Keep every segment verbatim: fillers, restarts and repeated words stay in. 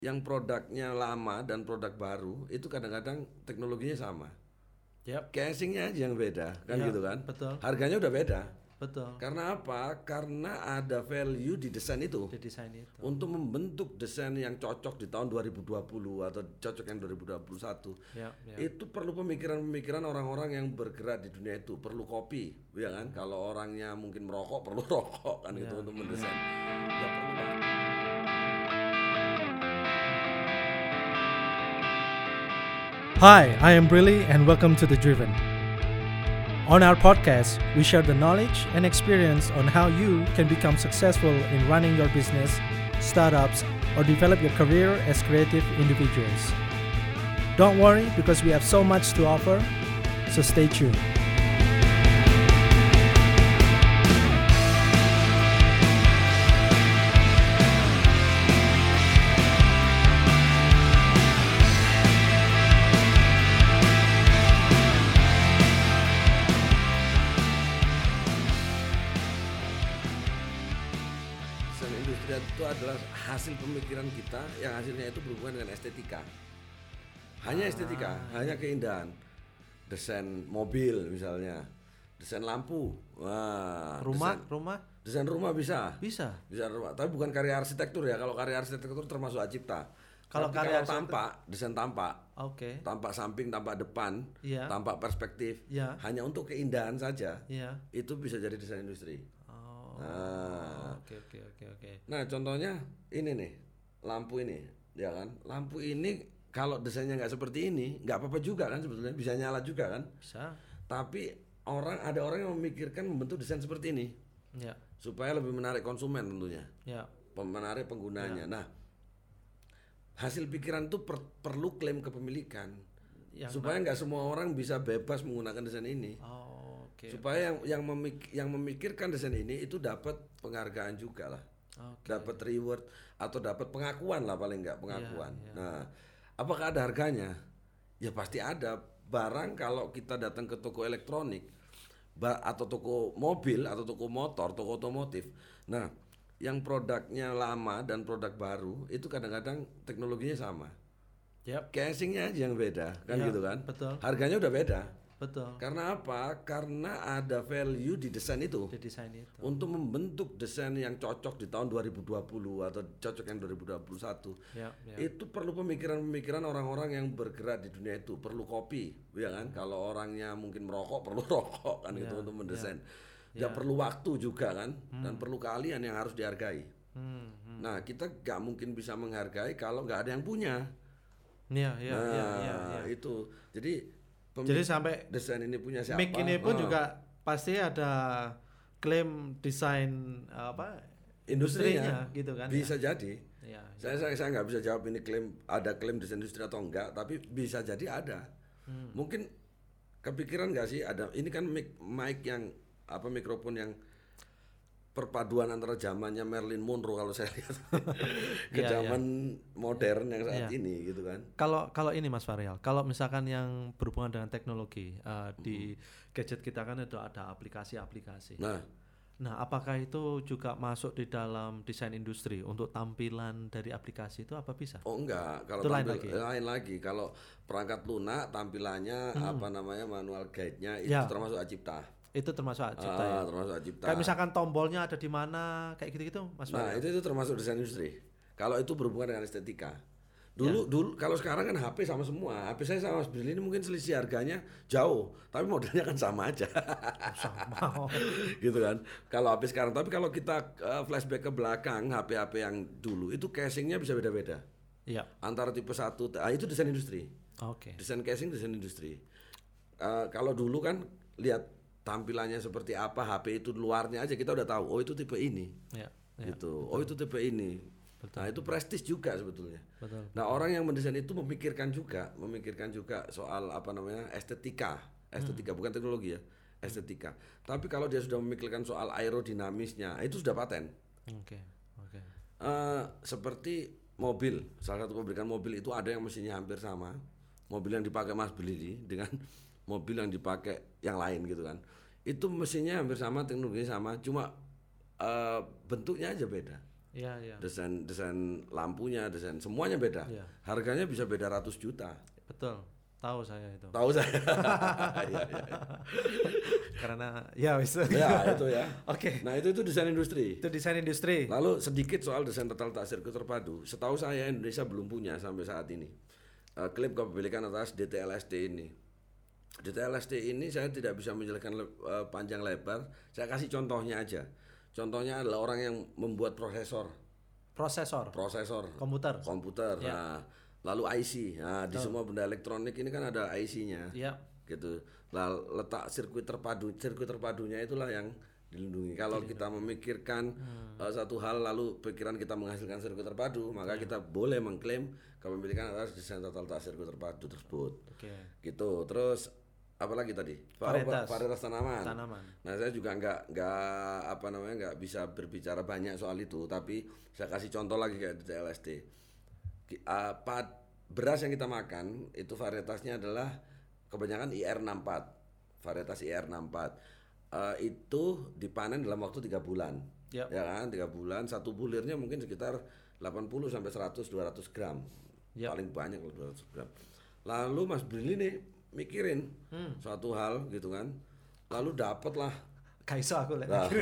yang produknya lama dan produk baru itu kadang-kadang teknologinya sama. Yap. Casingnya aja yang beda, kan Ya, gitu kan? betul. Harganya udah beda. Betul. Karena apa? Karena ada value di desain itu. Di desain itu. Untuk membentuk desain yang cocok di tahun dua ribu dua puluh atau cocok yang dua ribu dua puluh satu. Ya, ya. Itu perlu pemikiran-pemikiran orang-orang yang bergerak di dunia itu, perlu kopi, ya kan? Kalau orangnya mungkin merokok, perlu rokok kan Ya. gitu untuk mendesain. Ya perlu waktu. Hi, I am Brilly and welcome to The Driven. On our podcast, we share the knowledge and experience on how you can become successful in running your business, startups, or develop your career as creative individuals. Don't worry because we have so much to offer, so stay tuned. Desain industri itu adalah hasil pemikiran kita yang hasilnya itu berhubungan dengan estetika. Hanya estetika, hanya keindahan. Desain mobil misalnya, desain lampu, wah, Rumah, desain, rumah desain rumah bisa, bisa. bisa rumah. Tapi bukan karya arsitektur ya. Kalau karya arsitektur termasuk Acipta. Kalau Tapi karya kalau tampak, desain tampak, Oke. tampak samping, tampak depan, Iya. tampak perspektif, Iya. hanya untuk keindahan saja, Iya. itu bisa jadi desain industri. Oh. Nah, Oke, oke, oke, oke. Nah, contohnya ini nih, lampu ini, ya kan? Lampu ini kalau desainnya nggak seperti ini, nggak apa-apa juga kan sebetulnya, bisa nyala juga kan? Bisa. Tapi orang ada orang yang memikirkan membentuk desain seperti ini Ya. supaya lebih menarik konsumen tentunya, Ya. menarik penggunanya. Nah, hasil pikiran itu per- perlu klaim kepemilikan Yang supaya nggak semua orang bisa bebas menggunakan desain ini. Oh, oke. Supaya yang yang, memik- yang memikirkan desain ini itu dapat penghargaan juga lah. Oke. Dapat reward atau dapat pengakuan lah paling enggak pengakuan. Iya, iya. Nah, apakah ada harganya? Ya pasti ada. Barang kalau kita datang ke toko elektronik ba- atau toko mobil atau toko motor, toko otomotif. Nah, yang produknya lama dan produk baru itu kadang-kadang teknologinya sama. Yap. Casingnya aja yang beda, kan Iya, gitu kan? betul. Harganya udah beda. Betul. Karena apa? Karena ada value di desain itu. Di desain itu. Untuk membentuk desain yang cocok di tahun dua ribu dua puluh atau cocok yang dua ribu dua puluh satu. Ya, ya. Itu perlu pemikiran-pemikiran orang-orang yang bergerak di dunia itu, perlu kopi, ya kan? Kalau orangnya mungkin merokok, perlu rokok kan Ya, gitu untuk mendesain. ya. Ya, perlu waktu juga kan, dan perlu keahlian yang harus dihargai. Hmm, hmm. Nah, kita gak mungkin bisa menghargai kalau nggak ada yang punya. Ya, ya, nah, ya, ya, ya. itu. Jadi pemi- Jadi sampai desain ini punya siapa? mic ini pun Ah. juga pasti ada klaim desain apa Industrinya. gitu kan? Bisa jadi. Ya. Ya, Saya saya saya nggak bisa jawab ini klaim ada klaim desain industri atau enggak, tapi bisa jadi ada. Hmm. Mungkin kepikiran nggak sih ada ini kan mic mic yang apa mikrofon yang perpaduan antara zamannya Marilyn Monroe kalau saya lihat ke Iya, iya. zaman modern yang saat Iya. ini gitu kan. Kalau kalau ini Mas Varial, kalau misalkan yang berhubungan dengan teknologi uh, di gadget kita kan itu ada aplikasi-aplikasi. Nah, Nah, apakah itu juga masuk di dalam desain industri untuk tampilan dari aplikasi itu apa bisa? oh enggak, kalau Itu lain tampil lagi. lain lagi. Kalau perangkat lunak tampilannya apa namanya manual guide-nya itu Ya. termasuk Acipta. Itu termasuk Acipta ya. Ah, termasuk Acipta. Kayak misalkan tombolnya ada di mana, kayak gitu-gitu, Mas Nah, Varial. itu itu termasuk desain industri. Kalau itu berhubungan dengan estetika. Dulu dulu kalau sekarang kan H P sama semua. H P saya sama Mas Brili ini mungkin selisih harganya jauh, tapi modelnya kan sama aja. Sama. Gitu kan. Kalau H P sekarang, tapi kalau kita uh, flashback ke belakang H P-H P yang dulu itu casingnya bisa beda-beda. Iya. Antara tipe satu, ah, itu desain industri. Oke. Desain casing, desain industri. Uh, kalau dulu kan lihat tampilannya seperti apa, H P itu luarnya aja kita udah tahu. Oh itu tipe ini. Ya. Ya. Gitu. Oh itu tipe ini. Betul. Nah itu prestis juga sebetulnya. Betul. Nah orang yang mendesain itu memikirkan juga, memikirkan juga soal apa namanya estetika, estetika bukan teknologi ya, estetika. Tapi kalau dia sudah memikirkan soal aerodinamisnya, itu sudah paten. Oke. Oke. Eh, seperti mobil, salah satu pabrikan mobil itu ada yang mesinnya hampir sama, mobil yang dipakai Mas Beli dengan mobil yang dipakai yang lain gitu kan. Itu mesinnya hampir sama, teknologinya sama, cuma eh, bentuknya aja beda. Iya, iya. Desain desain lampunya, desain semuanya beda. Iya. Harganya bisa beda ratus juta. Betul. Tahu saya itu. Tahu saya. Iya, iya, iya. Karena ya wis. Ya, itu ya. Oke. Nah, itu itu desain industri. Itu desain industri. Lalu sedikit soal desain tata letak sirkuit terpadu. Setahu saya Indonesia belum punya sampai saat ini. Uh, klaim kepemilikan atas D T L S T ini. D T L S T ini saya tidak bisa menjelaskan le- uh, panjang lebar. Saya kasih contohnya aja. Contohnya adalah orang yang membuat prosesor, Prosesor. prosesor Komputer. komputer. Ya. Nah, lalu I C. Nah, di semua benda elektronik ini kan ada I C-nya. Iya. Gitu. Lah letak sirkuit terpadu, sirkuit terpadunya itulah yang dilindungi. Kalau kita memikirkan Hmm. uh, satu hal lalu pikiran kita menghasilkan sirkuit terpadu, maka kita boleh mengklaim kepemilikan atas desain tata letak sirkuit terpadu tersebut. Oke. Gitu. Terus apalagi tadi? Varietas. Varietas tanaman. Tanaman. Nah, saya juga nggak nggak apa namanya nggak bisa berbicara banyak soal itu, tapi saya kasih contoh lagi kayak D T L S T. Ki- uh, pad- beras yang kita makan itu varietasnya adalah kebanyakan I R enam puluh empat, varietas I R enam puluh empat. Uh, itu dipanen dalam waktu tiga bulan, Yap. ya kan? Tiga bulan, satu bulirnya mungkin sekitar delapan puluh sampai seratus dua ratus gram, Yap. paling banyak kalau dua ratus gram. Lalu Mas Brili nih mikirin Hmm. suatu hal gitu kan, lalu dapatlah. Kaiso aku lihat. Nah,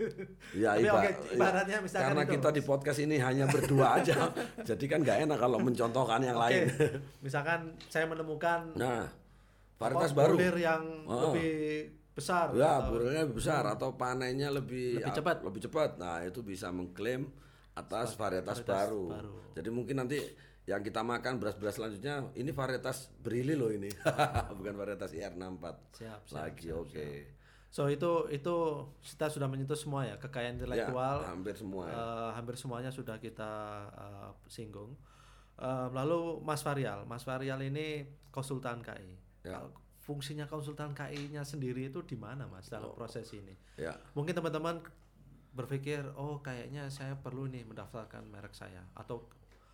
ya, Tapi iba- oke, ibaratnya misalkan karena itu. kita di podcast ini hanya berdua aja, jadi kan nggak enak kalau mencontohkan yang Oke. lain. Misalkan saya menemukan Nah, varietas apa, baru. bulir yang Oh. lebih besar. Ya, atau- burirnya lebih besar atau panennya lebih Lebih ap- cepat. lebih cepat. Nah, itu bisa mengklaim atas varietas, varietas baru. baru. Jadi mungkin nanti yang kita makan beras-beras selanjutnya ini varietas Brili loh ini. Bukan varietas I R enam puluh empat. Siap, siap, Lagi siap, oke. So itu itu kita sudah menyentuh semua ya, kekayaan intelektual. Ya, hampir semua. ya. eh, hampir semuanya sudah kita eh, singgung. Eh, lalu Mas Varial, Mas Varial ini konsultan K I. Ya. Kalau fungsinya konsultan K I-nya sendiri itu di mana Mas dalam proses ini? Ya. Mungkin teman-teman berpikir, oh kayaknya saya perlu nih mendaftarkan merek saya, atau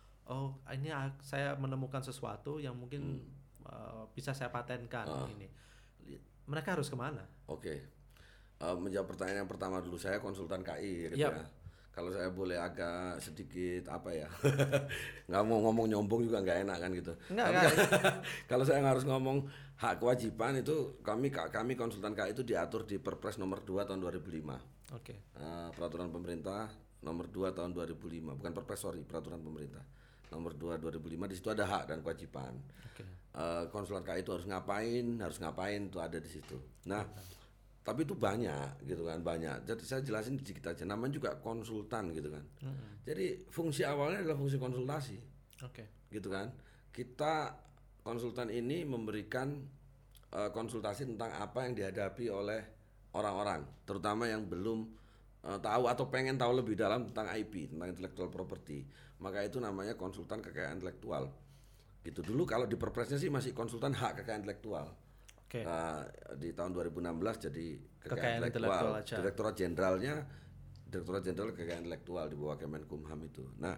oh ini a- saya menemukan sesuatu yang mungkin uh, bisa saya patenkan ini. Mereka harus kemana? Oke. Eh, menjawab pertanyaan yang pertama dulu, saya konsultan K I gitu Yap. ya. Kalau saya boleh agak sedikit apa ya, nggak mau ngomong nyombong juga nggak enak kan gitu. Enggak, Tapi enggak. kalau saya harus ngomong hak kewajiban itu kami kami konsultan K I itu diatur di Perpres nomor dua tahun dua ribu lima. Oke. Eh, peraturan pemerintah nomor dua tahun dua ribu lima, bukan Perpres sorry, peraturan pemerintah nomor dua dua ribu lima. Di situ ada hak dan kewajiban. Oke. Eh, konsulat K I itu harus ngapain, harus ngapain itu ada di situ. Nah, tapi itu banyak gitu kan, banyak. Jadi saya jelasin sedikit aja. Namanya juga konsultan gitu kan. Jadi fungsi awalnya adalah fungsi konsultasi, Oke. gitu kan. Kita konsultan ini memberikan eh, konsultasi tentang apa yang dihadapi oleh orang-orang, terutama yang belum eh, tahu atau pengen tahu lebih dalam tentang I P, tentang intellectual property. Maka itu namanya konsultan kekayaan intelektual. Gitu dulu kalau di Perpresnya sih masih konsultan hak kekayaan intelektual. Oke. Nah, di tahun dua ribu enam belas jadi Kekayaan kekayaan intelektual intelektual. aja. Direktorat Jenderalnya Direktorat Jenderal Kekayaan Intelektual di bawah Kemenkumham itu. Nah,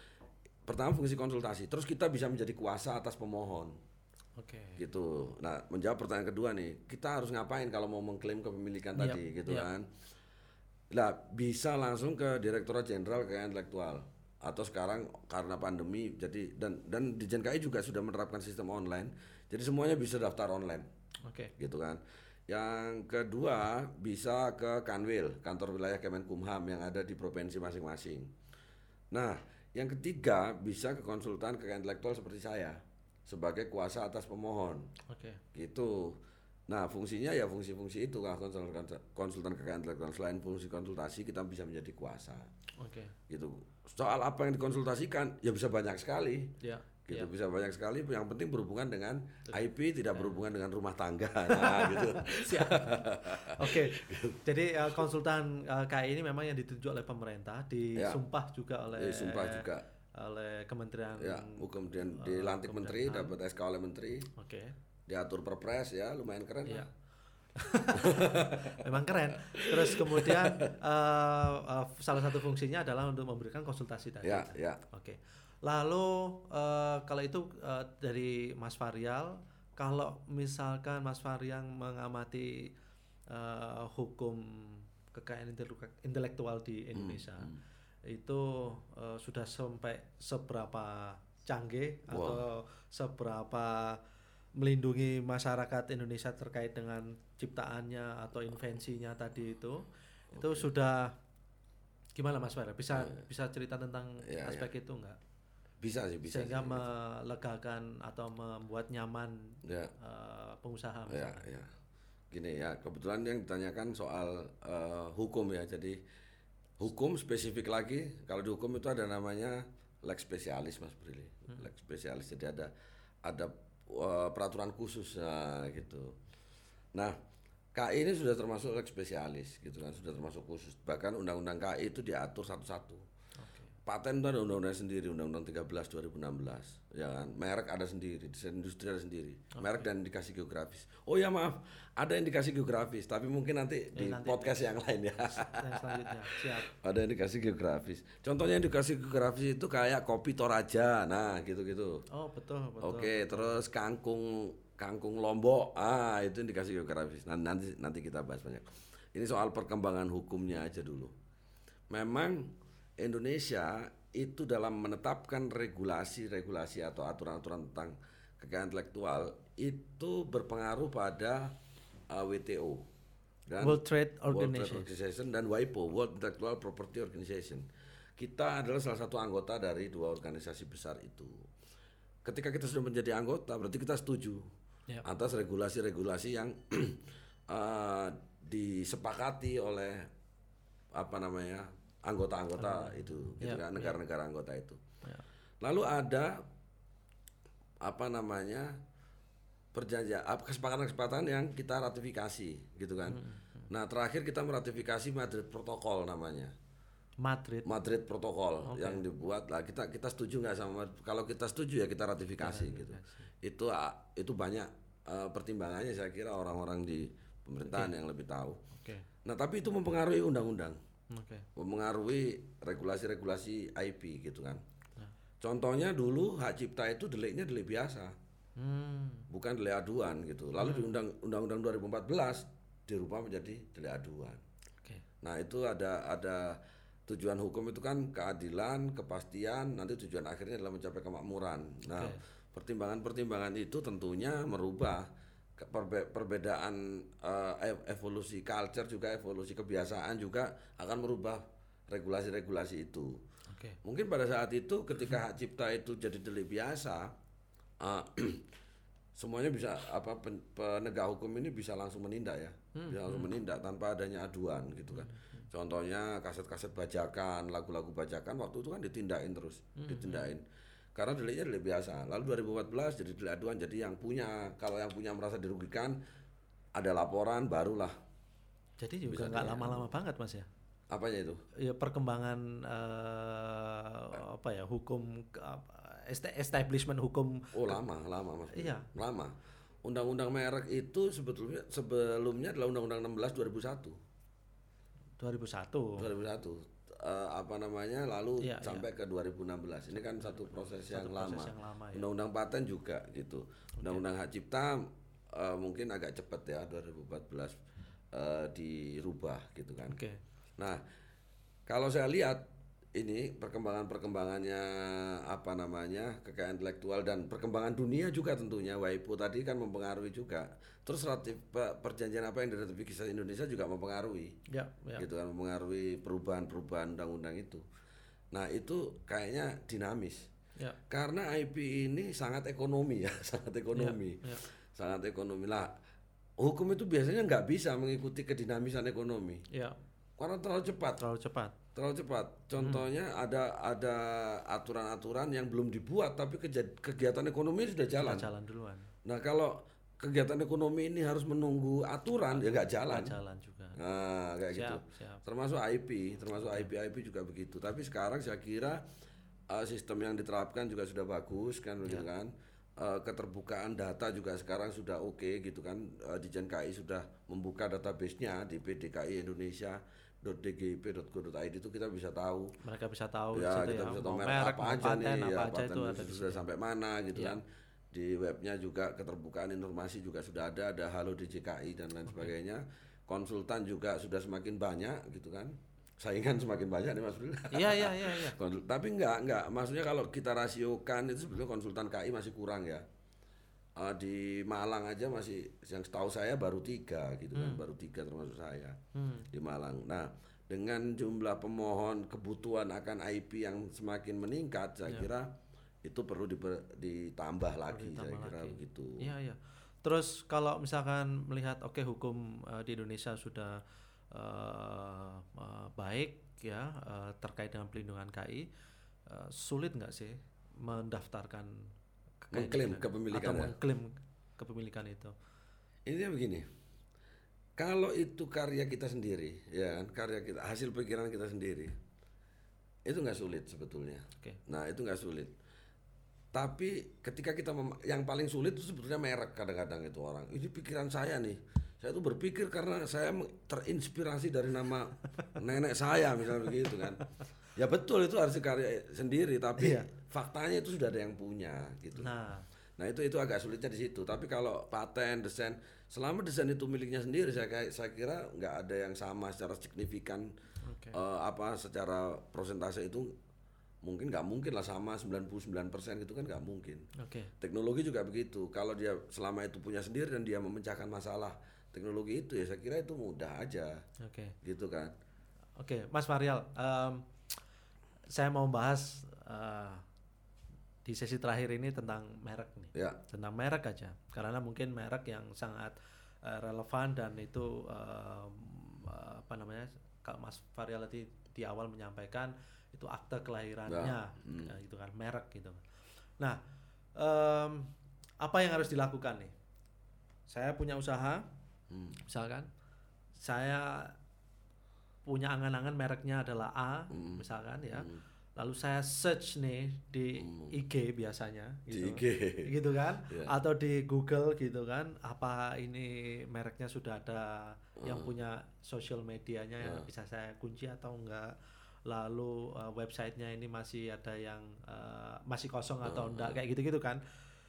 pertama fungsi konsultasi. Terus kita bisa menjadi kuasa atas pemohon. Oke. Gitu. Nah, menjawab pertanyaan kedua nih, kita harus ngapain kalau mau mengklaim kepemilikan Yap, tadi gitu yap. kan. Nah, bisa langsung ke Direktorat Jenderal Kekayaan Intelektual. Atau sekarang karena pandemi jadi dan dan Ditjen K I juga sudah menerapkan sistem online. Jadi semuanya bisa daftar online. Oke. Gitu kan. Yang kedua bisa ke Kanwil, kantor wilayah Kemenkumham yang ada di provinsi masing-masing. Nah, yang ketiga bisa ke konsultan kekayaan intelektual seperti saya sebagai kuasa atas pemohon. Oke. Gitu. Nah, fungsinya ya fungsi-fungsi itu kan konsultan, konsultan kekayaan intelektual. Selain fungsi konsultasi kita bisa menjadi kuasa. Oke. Gitu. Soal apa yang dikonsultasikan ya bisa banyak sekali. Ya. Gitu ya. bisa banyak sekali, yang penting berhubungan dengan I P, tidak berhubungan dengan rumah tangga. Nah, gitu. Siap. Oke. Jadi uh, konsultan uh, K I ini memang yang ditunjuk oleh pemerintah, disumpah juga oleh Ya, sumpah juga. oleh Kementerian Ya, kemudian uh, dilantik menteri, Kementerian. dapat S K oleh menteri, Oke. diatur perpres ya, lumayan keren Iya. lah. Memang keren. Terus kemudian uh, uh, salah satu fungsinya adalah untuk memberikan konsultasi tadi. Ya, ya. Oke. Lalu uh, kalau itu uh, dari Mas Varial, kalau misalkan Mas Varial mengamati uh, hukum kekayaan intelektual di Indonesia, Hmm, itu uh, sudah sampai seberapa canggih wow. atau seberapa melindungi masyarakat Indonesia terkait dengan ciptaannya atau invensinya tadi itu. Okay. Itu sudah gimana Mas Vera? Bisa yeah. bisa cerita tentang yeah, aspek yeah. itu enggak? Bisa sih, bisa. Sehingga sih, melegakan bisa. Atau membuat nyaman yeah. uh, pengusaha misalnya. Yeah, yeah. Gini ya, kebetulan yang ditanyakan soal uh, hukum ya. Jadi hukum spesifik lagi, kalau di hukum itu ada namanya lex specialis Mas Brili. Hmm. Lex specialis, jadi ada ada uh, peraturan khusus nah, gitu. Nah, K I ini sudah termasuk lex specialis gitu kan, sudah termasuk khusus. Bahkan undang-undang K I itu diatur satu-satu. Okay. Paten itu ada undang-undang sendiri, undang-undang tiga belas dua ribu enam belas, ya kan. Merek ada sendiri, desain industri ada sendiri. Okay. Merek dan indikasi geografis. Oh ya maaf, ada indikasi geografis, tapi mungkin nanti eh, di nanti podcast yang lain ya. Yang selanjutnya, siap. Ada indikasi geografis. Contohnya indikasi geografis itu kayak kopi Toraja, nah gitu-gitu. Oh betul betul. Oke, terus kangkung kangkung Lombok, ah itu indikasi geografis. Nah, nanti nanti kita bahas banyak. Ini soal perkembangan hukumnya aja dulu. Memang Indonesia itu dalam menetapkan regulasi-regulasi atau aturan-aturan tentang kekayaan intelektual itu berpengaruh pada uh, W T O dan World Trade Organization. World Trade Organization dan W I P O, World Intellectual Property Organization. Kita adalah salah satu anggota dari dua organisasi besar itu. Ketika kita sudah menjadi anggota, berarti kita setuju yep. atas regulasi-regulasi yang uh, disepakati oleh apa namanya anggota-anggota uh, itu, gitu yep, kan, negara-negara yep. anggota itu. Yep. Lalu ada apa namanya perjanjian, kesepakatan-kesepakatan yang kita ratifikasi, gitu kan. Hmm. Nah terakhir kita meratifikasi Madrid Protocol namanya. Madrid. Madrid Protocol okay. yang dibuat lah, kita kita setuju nggak sama? Kalau kita setuju ya kita ratifikasi ya, gitu. Itu itu banyak uh, pertimbangannya, saya kira orang-orang di pemerintahan okay. yang lebih tahu. Okay. Nah tapi itu mempengaruhi undang-undang. Okay. Mempengaruhi regulasi-regulasi I P gitu kan. Nah. Contohnya dulu hak cipta itu deliknya delik biasa, hmm. bukan delik aduan gitu. Lalu hmm. di undang undang-undang dua ribu empat belas dirubah menjadi delik aduan. Okay. Nah itu ada ada tujuan hukum itu kan keadilan, kepastian, nanti tujuan akhirnya adalah mencapai kemakmuran. Nah okay. pertimbangan-pertimbangan itu tentunya merubah Perbe- perbedaan uh, evolusi culture juga, evolusi kebiasaan juga akan merubah regulasi-regulasi itu. Okay. Mungkin pada saat itu ketika hak cipta itu jadi delik biasa, uh, semuanya bisa apa pen, penegak hukum ini bisa langsung menindak ya, hmm. bisa langsung menindak tanpa adanya aduan gitu kan. Hmm. Contohnya kaset-kaset bajakan, lagu-lagu bajakan waktu itu kan ditindakin terus, hmm. ditindakin. Karena deliknya delik biasa. Lalu dua ribu empat belas jadi delik aduan, jadi yang punya, kalau yang punya merasa dirugikan ada laporan barulah. Jadi juga nggak lama-lama banget Mas ya? Apanya itu? Ya perkembangan uh, apa ya hukum uh, establishment hukum. Oh lama, lama Mas. Iya. Lama. Undang-undang merek itu sebetulnya sebelumnya adalah Undang-Undang enam belas dua ribu satu. dua ribu satu. dua ribu satu. Uh, apa namanya lalu ya, sampai ya. ke dua ribu enam belas ini kan satu proses, satu yang, proses lama. yang lama ya. Undang-undang paten juga gitu. Okay. Undang-undang hak cipta uh, mungkin agak cepat ya dua ribu empat belas uh, dirubah gitu kan. Okay. Nah kalau saya lihat ini perkembangan-perkembangannya apa namanya kekayaan intelektual dan perkembangan dunia juga tentunya W I P O tadi kan mempengaruhi juga. Terus ratif, perjanjian apa yang diratifikasi Indonesia juga mempengaruhi, ya, ya. gitu kan, mempengaruhi perubahan-perubahan undang-undang itu. Nah itu kayaknya dinamis, ya. Karena I P ini sangat ekonomi ya, sangat ekonomi, ya, ya. sangat ekonomi lah. Hukum itu biasanya nggak bisa mengikuti kedinamisan ekonomi, ya. Karena terlalu cepat, terlalu cepat, terlalu cepat. Contohnya hmm. ada ada aturan-aturan yang belum dibuat tapi kegiatan ekonomi sudah jalan. Sudah jalan duluan. Nah kalau kegiatan ekonomi ini harus menunggu aturan ya nggak jalan. Gak jalan juga. Nah kayak siap, gitu. Siap. Termasuk I P, termasuk I P I P juga begitu. Tapi sekarang saya kira uh, sistem yang diterapkan juga sudah bagus kan, begitu ya. kan. Uh, keterbukaan data juga sekarang sudah oke okay, gitu kan. Uh, Ditjen K I sudah membuka database-nya di p d k i indonesia dot d g p dot go dot i d itu kita bisa tahu. Mereka bisa tahu. Ya kita ya. bisa tahu merek apa aja paten, nih, apa ya aja paten itu itu sudah sampai mana gitu ya. kan. Di webnya juga keterbukaan informasi juga sudah ada, ada Halo D J K I dan lain okay. sebagainya. Konsultan juga sudah semakin banyak gitu kan. saingan semakin banyak nih Mas Bril. Iya iya iya iya. Tapi enggak enggak maksudnya kalau kita rasiokan itu sebetulnya konsultan K I masih kurang ya. Uh, di Malang aja masih yang setahu saya baru tiga gitu kan, hmm. baru tiga termasuk saya hmm. di Malang. Nah dengan jumlah pemohon kebutuhan akan I P yang semakin meningkat, saya ya. kira itu perlu diper, ditambah lagi, ditambah saya kira lagi. begitu. Iya iya. Terus kalau misalkan melihat oke okay, hukum uh, di Indonesia sudah uh, uh, baik ya uh, terkait dengan pelindungan K I, uh, sulit nggak sih mendaftarkan mengklaim kepemilikan atau mengklaim kepemilikan itu? Intinya begini, kalau itu karya kita sendiri, ya kan, karya kita, hasil pikiran kita sendiri, itu nggak sulit sebetulnya. Okay. Nah itu nggak sulit. Tapi ketika kita mem- yang paling sulit itu sebetulnya merek kadang-kadang itu orang. Ini pikiran saya nih. Saya tuh berpikir karena saya terinspirasi dari nama nenek saya misalnya begitu kan. Ya betul itu harus karya sendiri tapi iya. faktanya itu sudah ada yang punya gitu. Nah, nah itu itu agak sulitnya di situ. Tapi kalau paten, desain, selama desain itu miliknya sendiri saya saya kira nggak ada yang sama secara signifikan. Okay. Uh, apa secara persentase itu mungkin nggak mungkin lah sama sembilan puluh sembilan persen gitu kan nggak mungkin. Okay. Teknologi juga begitu. Kalau dia selama itu punya sendiri dan dia memecahkan masalah teknologi itu ya saya kira itu mudah aja. Oke. Okay. Gitu kan. Oke, okay. Mas Faryal, um, saya mau bahas uh, di sesi terakhir ini tentang merek nih. Ya. Tentang merek aja. Karena mungkin merek yang sangat uh, relevan dan itu uh, uh, apa namanya? Kalau Mas Faryal tadi di awal menyampaikan itu akte kelahirannya, nah, hmm. ya, gitu kan, merek gitu. Nah, um, apa yang harus dilakukan nih? Saya punya usaha, hmm. misalkan, saya punya angan-angan mereknya adalah A, hmm. misalkan ya, hmm. lalu saya search nih di hmm. I G biasanya, gitu, di I G. gitu kan, yeah. atau di Google gitu kan, apa ini mereknya sudah ada hmm. yang punya social medianya yang hmm. bisa saya kunci atau enggak? Lalu uh, websitenya ini masih ada yang uh, masih kosong atau enggak, uh, kayak gitu-gitu kan.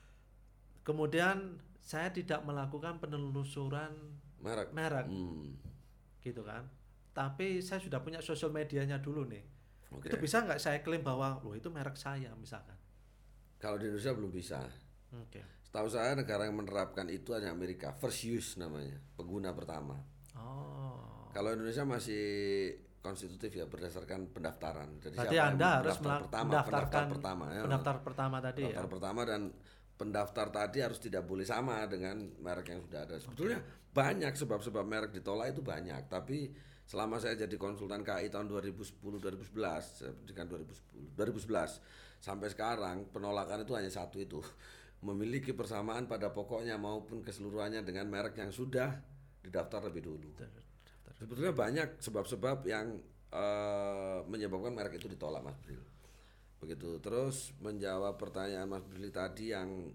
Kemudian saya tidak melakukan penelusuran merek, merek hmm. gitu kan. Tapi saya sudah punya sosial medianya dulu nih. Okay. Itu bisa nggak saya klaim bahwa loh itu merek saya misalkan? Kalau di Indonesia belum bisa. Okay. Setahu saya negara yang menerapkan itu hanya Amerika, first use namanya, pengguna pertama. Oh. Kalau Indonesia masih konstitutif ya berdasarkan pendaftaran. Jadi berarti siapa Anda harus pendaftar pertama, pendaftarkan pendaftar pertama ya. Pendaftar pertama tadi pendaftar ya. pertama dan pendaftar tadi harus tidak boleh sama dengan merek yang sudah ada. Sebetulnya okay. banyak sebab-sebab merek ditolak itu banyak, tapi selama saya jadi konsultan K I tahun dua ribu sepuluh dua ribu sebelas, saya pendidikan dua ribu sepuluh dua ribu sebelas sampai sekarang penolakan itu hanya satu itu. Memiliki persamaan pada pokoknya maupun keseluruhannya dengan merek yang sudah didaftar lebih dulu. Sebetulnya banyak sebab-sebab yang uh, menyebabkan merek itu ditolak, Mas Bril. Begitu. Terus menjawab pertanyaan Mas Bril tadi yang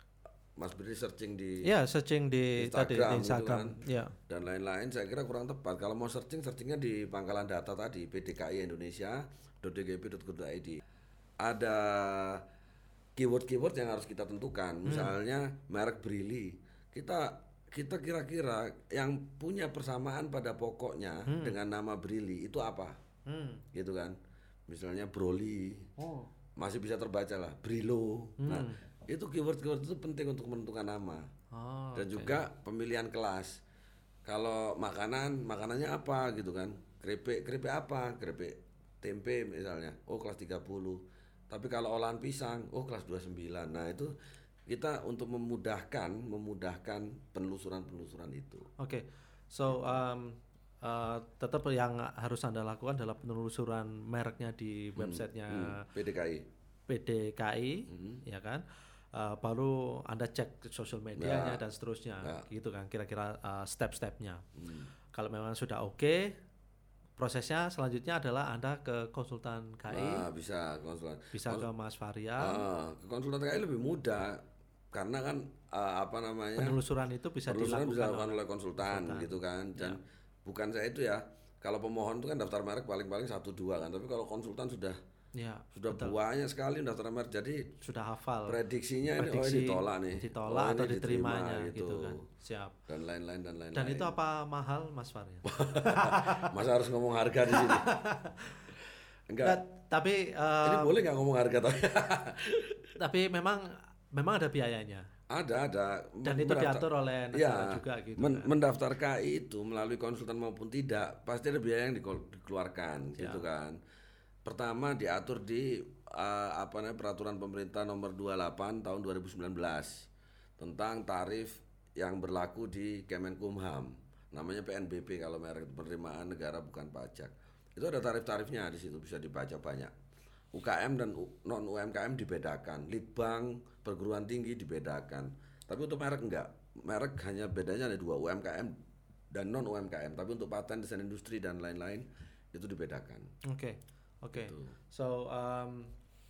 Mas Bril searching di ya searching di Instagram, tadi, di Instagram gitu kan, ya. dan lain-lain, saya kira kurang tepat. Kalau mau searching, searchingnya di pangkalan data tadi p d k i indonesia dot d g p dot go dot i d. Ada keyword-keyword yang harus kita tentukan. Misalnya hmm. merek Brili. Kita kita kira-kira yang punya persamaan pada pokoknya hmm. dengan nama Brili itu apa? Hmm. Gitu kan. Misalnya Broly. Oh. Masih bisa terbaca lah, Brilo. Hmm. Nah, itu keyword-keyword itu penting untuk menentukan nama. Oh, dan okay. juga pemilihan kelas. Kalau makanan, makanannya apa gitu kan? Keripik, keripik apa? Keripik tempe misalnya. Oh, kelas tiga puluh. Tapi kalau olahan pisang, oh kelas dua puluh sembilan. Nah, itu kita untuk memudahkan memudahkan penelusuran-penelusuran itu. Oke. Okay. So um, uh, tetap yang harus Anda lakukan adalah penelusuran mereknya di websitenya hmm, hmm, P D K I. P D K I, hmm. ya kan? Uh, baru Anda cek sosial medianya ya. Dan seterusnya, ya. Gitu kan? Kira-kira uh, step-stepnya. Hmm. Kalau memang sudah oke, okay, prosesnya selanjutnya adalah Anda ke konsultan K I. Nah, bisa konsultan. Bisa Kons- ke Mas Faryal. Uh, ke konsultan K I lebih mudah. Karena kan uh, apa namanya penelusuran itu bisa penelusuran dilakukan bisa dilakukan oleh konsultan, konsultan gitu kan, dan ya. Bukan saya itu ya, kalau pemohon itu kan daftar merek paling-paling satu dua kan, tapi kalau konsultan sudah Ya, Sudah betul. banyak sekali mendaftarkan merek. Jadi sudah hafal. prediksinya ini oh Prediksi ini ditolak nih. ditolak oh, atau ini diterimanya diterima, gitu. gitu kan. Siap. Dan lain-lain dan lain-lain. Dan itu apa mahal Mas Faryal? Masa harus ngomong harga di sini? Enggak. Nggak, tapi uh, Ini boleh nggak ngomong harga tapi? tapi memang memang ada biayanya. Ada, ada. Dan itu diatur oleh negara ya, juga gitu. Men- kan? Mendaftar K I itu melalui konsultan maupun tidak, pasti ada biaya yang dikeluarkan ya. gitu kan. Pertama diatur di uh, apa namanya peraturan pemerintah nomor dua puluh delapan tahun dua ribu sembilan belas tentang tarif yang berlaku di Kemenkumham. Namanya P N B P kalau merek penerimaan negara bukan pajak. Itu ada tarif-tarifnya di situ bisa dibaca banyak. U K M dan non U M K M dibedakan, litbang, perguruan tinggi dibedakan. Tapi untuk merek enggak. Merek hanya bedanya ada dua, U M K M dan non U M K M. Tapi untuk paten, desain industri dan lain-lain itu dibedakan. Oke. Okay. Oke. Okay. Gitu. So um,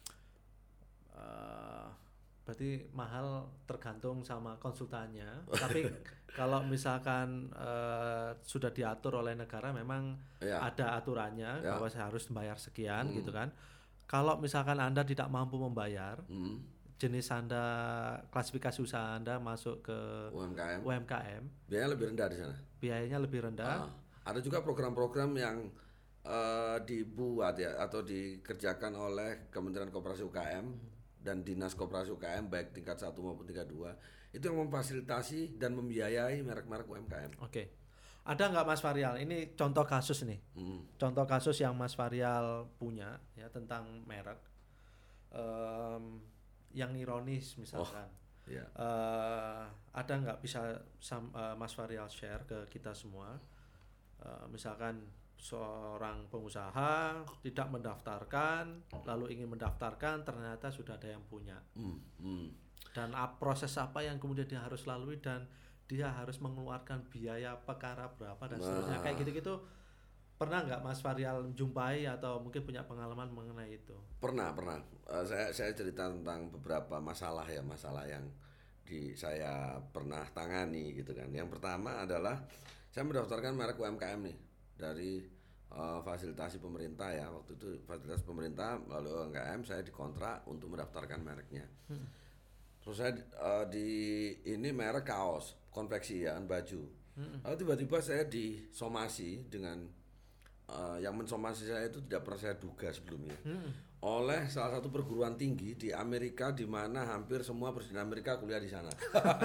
uh, berarti mahal tergantung sama konsultannya. Tapi kalau misalkan uh, sudah diatur oleh negara memang ya. ada aturannya ya. bahwa saya harus membayar sekian hmm. gitu kan. Kalau misalkan Anda tidak mampu membayar, hmm. jenis Anda, klasifikasi usaha Anda masuk ke U M K M, U M K M, biayanya lebih rendah di sana. Biayanya lebih rendah. Ah, ada juga program-program yang uh, dibuat ya atau dikerjakan oleh Kementerian Koperasi U K M hmm. dan Dinas Koperasi U K M baik tingkat satu maupun tingkat dua itu yang memfasilitasi dan membiayai merek-merek U M K M. Oke. Okay. Ada nggak Mas Faryal? Ini contoh kasus nih, hmm. contoh kasus yang Mas Faryal punya ya tentang merek um, yang ironis misalkan. Oh, yeah. uh, ada nggak bisa sam, uh, Mas Faryal share ke kita semua? Uh, misalkan seorang pengusaha tidak mendaftarkan, lalu ingin mendaftarkan, ternyata sudah ada yang punya. Hmm. Hmm. Dan uh, proses apa yang kemudian dia harus lalui dan dia harus mengeluarkan biaya perkara berapa dan seterusnya, nah. kayak gitu-gitu. Pernah nggak Mas Faryal jumpai atau mungkin punya pengalaman mengenai itu? Pernah, pernah. Uh, saya saya cerita tentang beberapa masalah ya, masalah yang di saya pernah tangani gitu kan. Yang pertama adalah saya mendaftarkan merek U M K M nih dari uh, fasilitasi pemerintah ya. Waktu itu fasilitas pemerintah melalui U M K M saya dikontrak untuk mendaftarkan mereknya. Hmm. Terus saya uh, di ini merek kaos konveksi ya, baju. Hmm. Lalu tiba-tiba saya disomasi dengan uh, yang mensomasi saya itu tidak pernah saya duga sebelumnya. Hmm. Oleh salah satu perguruan tinggi di Amerika di mana hampir semua presiden Amerika kuliah di sana.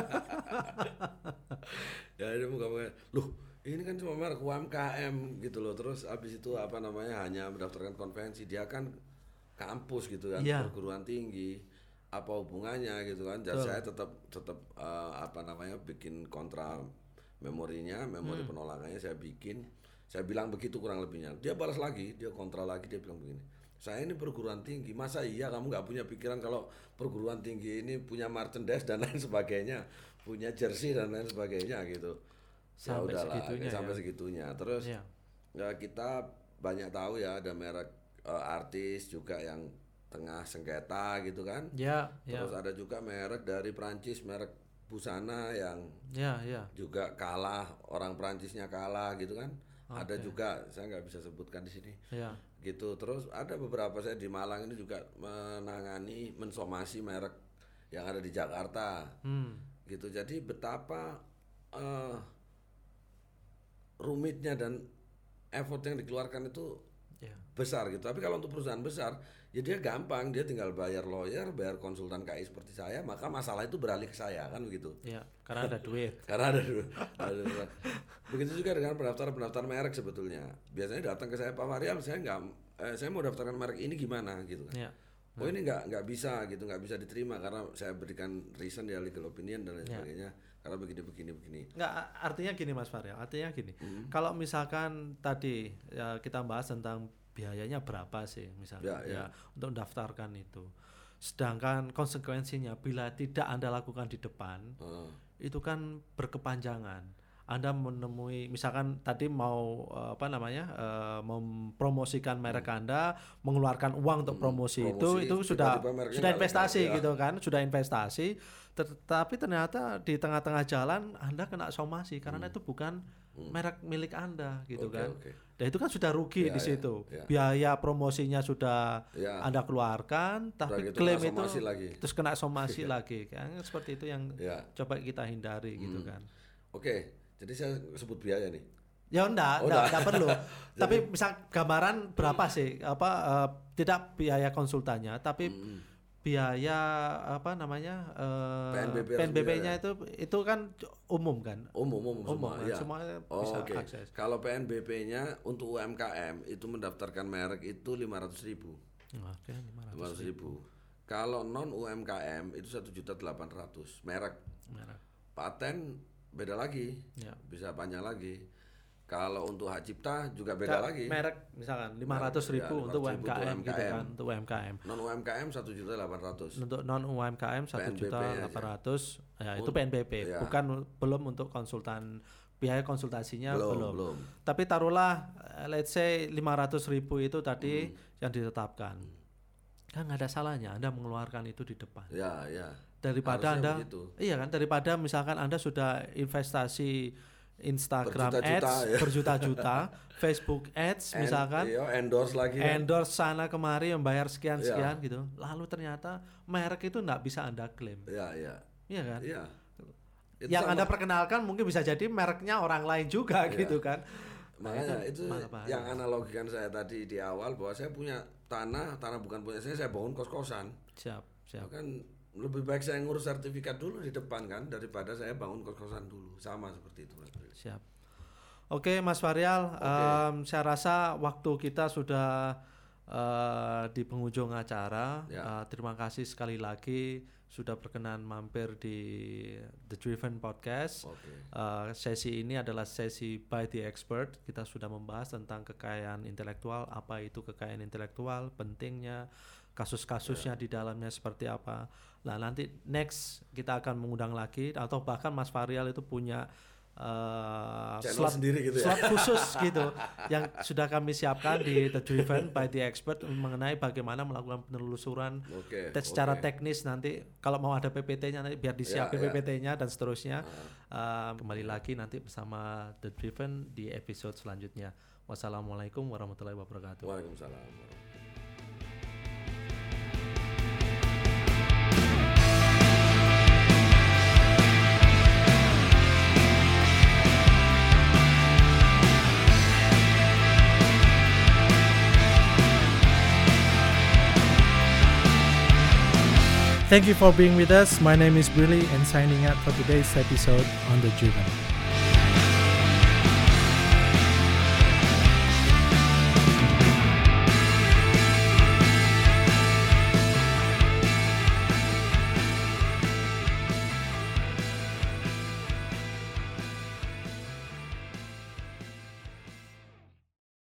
Ya ini muka-muka, loh ini kan cuma merek U M K M gitu loh. Terus abis itu apa namanya hanya mendaftarkan konvensi, dia kan kampus gitu kan, yeah. perguruan tinggi. Apa hubungannya gitu kan? Jadi saya tetap tetap uh, apa namanya bikin kontra memorinya, memori hmm. penolakannya saya bikin. Saya bilang begitu kurang lebihnya. Dia balas lagi, dia kontra lagi, dia bilang begini. Saya ini perguruan tinggi, masa iya kamu nggak punya pikiran kalau perguruan tinggi ini punya merchandise dan lain sebagainya, punya jersey dan lain sebagainya gitu. Sampai ya udahlah, segitunya sampai ya. segitunya. Terus ya. ya kita banyak tahu ya ada merek uh, artis juga yang tengah sengketa gitu kan. Ya, Terus ya. ada juga merek dari Prancis, merek busana yang ya, ya. juga kalah, orang Prancisnya kalah gitu kan. Okay. Ada juga, saya nggak bisa sebutkan di sini. Ya. Gitu. Terus ada beberapa saya di Malang ini juga menangani mensomasi merek yang ada di Jakarta. Hmm. Gitu. Jadi betapa uh, rumitnya dan effort yang dikeluarkan itu ya. besar gitu. Tapi kalau untuk perusahaan besar ya dia gampang, dia tinggal bayar lawyer, bayar konsultan K I seperti saya, maka masalah itu beralih ke saya kan begitu. Iya, karena ada duit. Karena ada duit. Begitu juga dengan pendaftar-pendaftar merek sebetulnya. Biasanya datang ke saya, Pak Faryal, saya nggak, eh, saya mau daftarkan merek ini gimana gitu kan. Iya. Oh ini nggak nggak bisa gitu, nggak bisa diterima karena saya berikan reason ya, legal opinion dan lain ya. sebagainya. Karena begini begini begini. Nggak, artinya gini Mas Faryal, artinya gini. Hmm. Kalau misalkan tadi ya, kita bahas tentang biayanya berapa sih misalnya ya, ya. ya untuk mendaftarkan itu. Sedangkan konsekuensinya bila tidak Anda lakukan di depan, hmm. itu kan berkepanjangan. Anda menemui misalkan tadi mau uh, apa namanya uh, mempromosikan merek hmm. Anda, mengeluarkan uang untuk promosi, hmm, promosi itu itu sudah sudah investasi ya. Gitu kan, sudah investasi, tetapi ternyata di tengah-tengah jalan Anda kena somasi karena hmm. itu bukan hmm. merek milik Anda gitu okay, kan. Okay. Dan itu kan sudah rugi ya, di situ. Ya, ya. Biaya promosinya sudah ya. Anda keluarkan, tapi klaim itu lagi. Terus kena somasi lagi kan. Seperti itu yang ya. Coba kita hindari hmm. gitu kan. Oke. Okay. Jadi saya sebut biaya nih. Ya enggak, oh, enggak, enggak perlu. Tapi misal gambaran berapa hmm. sih? Apa uh, tidak biaya konsultannya, tapi hmm. biaya apa namanya? Uh, P N B P P N B P-nya itu itu kan umum kan? Umum, umum, umum semua. Kan? Ya. Semua oh, bisa okay. akses. Kalau P N B P-nya untuk U M K M itu mendaftarkan merek itu lima ratus ribu. Oke, okay, lima ratus ribu. Kalau non U M K M itu satu juta delapan ratus merek. Merek. Paten beda lagi, ya. Bisa panjang lagi. Kalau untuk hak cipta juga beda Ka- lagi. Merek misalkan lima ratus ribu ya, untuk U M K M gitu kan, untuk U M K M. Non U M K M satu juta delapan ratus. Untuk non U M K M satu juta delapan ratus. Ya, itu P N B P, ya. Bukan belum untuk konsultan biaya konsultasinya belum, belum. belum. Tapi taruhlah let's say lima ratus ribu itu tadi hmm. yang ditetapkan. Kan enggak ada salahnya Anda mengeluarkan itu di depan. Ya, ya. Daripada harusnya Anda begitu. Iya kan, daripada misalkan Anda sudah investasi Instagram berjuta-juta, ads ya. berjuta-juta, Facebook ads And, misalkan, iyo, endorse lagi, endorse kan? Sana kemari membayar sekian-sekian ya. Gitu. Lalu ternyata merek itu enggak bisa Anda klaim. Iya, iya. Iya kan? Iya. Yang sama. Anda perkenalkan mungkin bisa jadi mereknya orang lain juga ya. Gitu kan. Makanya itu, itu yang analogikan saya tadi di awal bahwa saya punya tanah, tanah bukan punya saya, saya bangun kos-kosan. Siap, siap. Kan lebih baik saya ngurus sertifikat dulu di depan kan daripada saya bangun kos-kosan dulu. Sama seperti itu. Siap. Oke Mas Fahrial, okay. um, saya rasa waktu kita sudah uh, di penghujung acara. Ya. Uh, terima kasih sekali lagi sudah berkenan mampir di The Driven Podcast. Okay. Uh, sesi ini adalah sesi by the expert. Kita sudah membahas tentang kekayaan intelektual, apa itu kekayaan intelektual, pentingnya, kasus-kasusnya yeah. di dalamnya seperti apa. Nah nanti next kita akan mengundang lagi atau bahkan Mas Fahrial itu punya uh, slot sendiri gitu ya. Slot khusus gitu yang sudah kami siapkan di The Driven by the Expert mengenai bagaimana melakukan penelusuran okay, tes secara okay. teknis nanti kalau mau ada P P T-nya nanti biar disiapin yeah, P P T-nya yeah. dan seterusnya. Uh. Uh, kembali lagi nanti bersama The Driven di episode selanjutnya. Wassalamualaikum warahmatullahi wabarakatuh. Waalaikumsalam. Thank you for being with us. My name is Billy and signing out for today's episode on The Driven.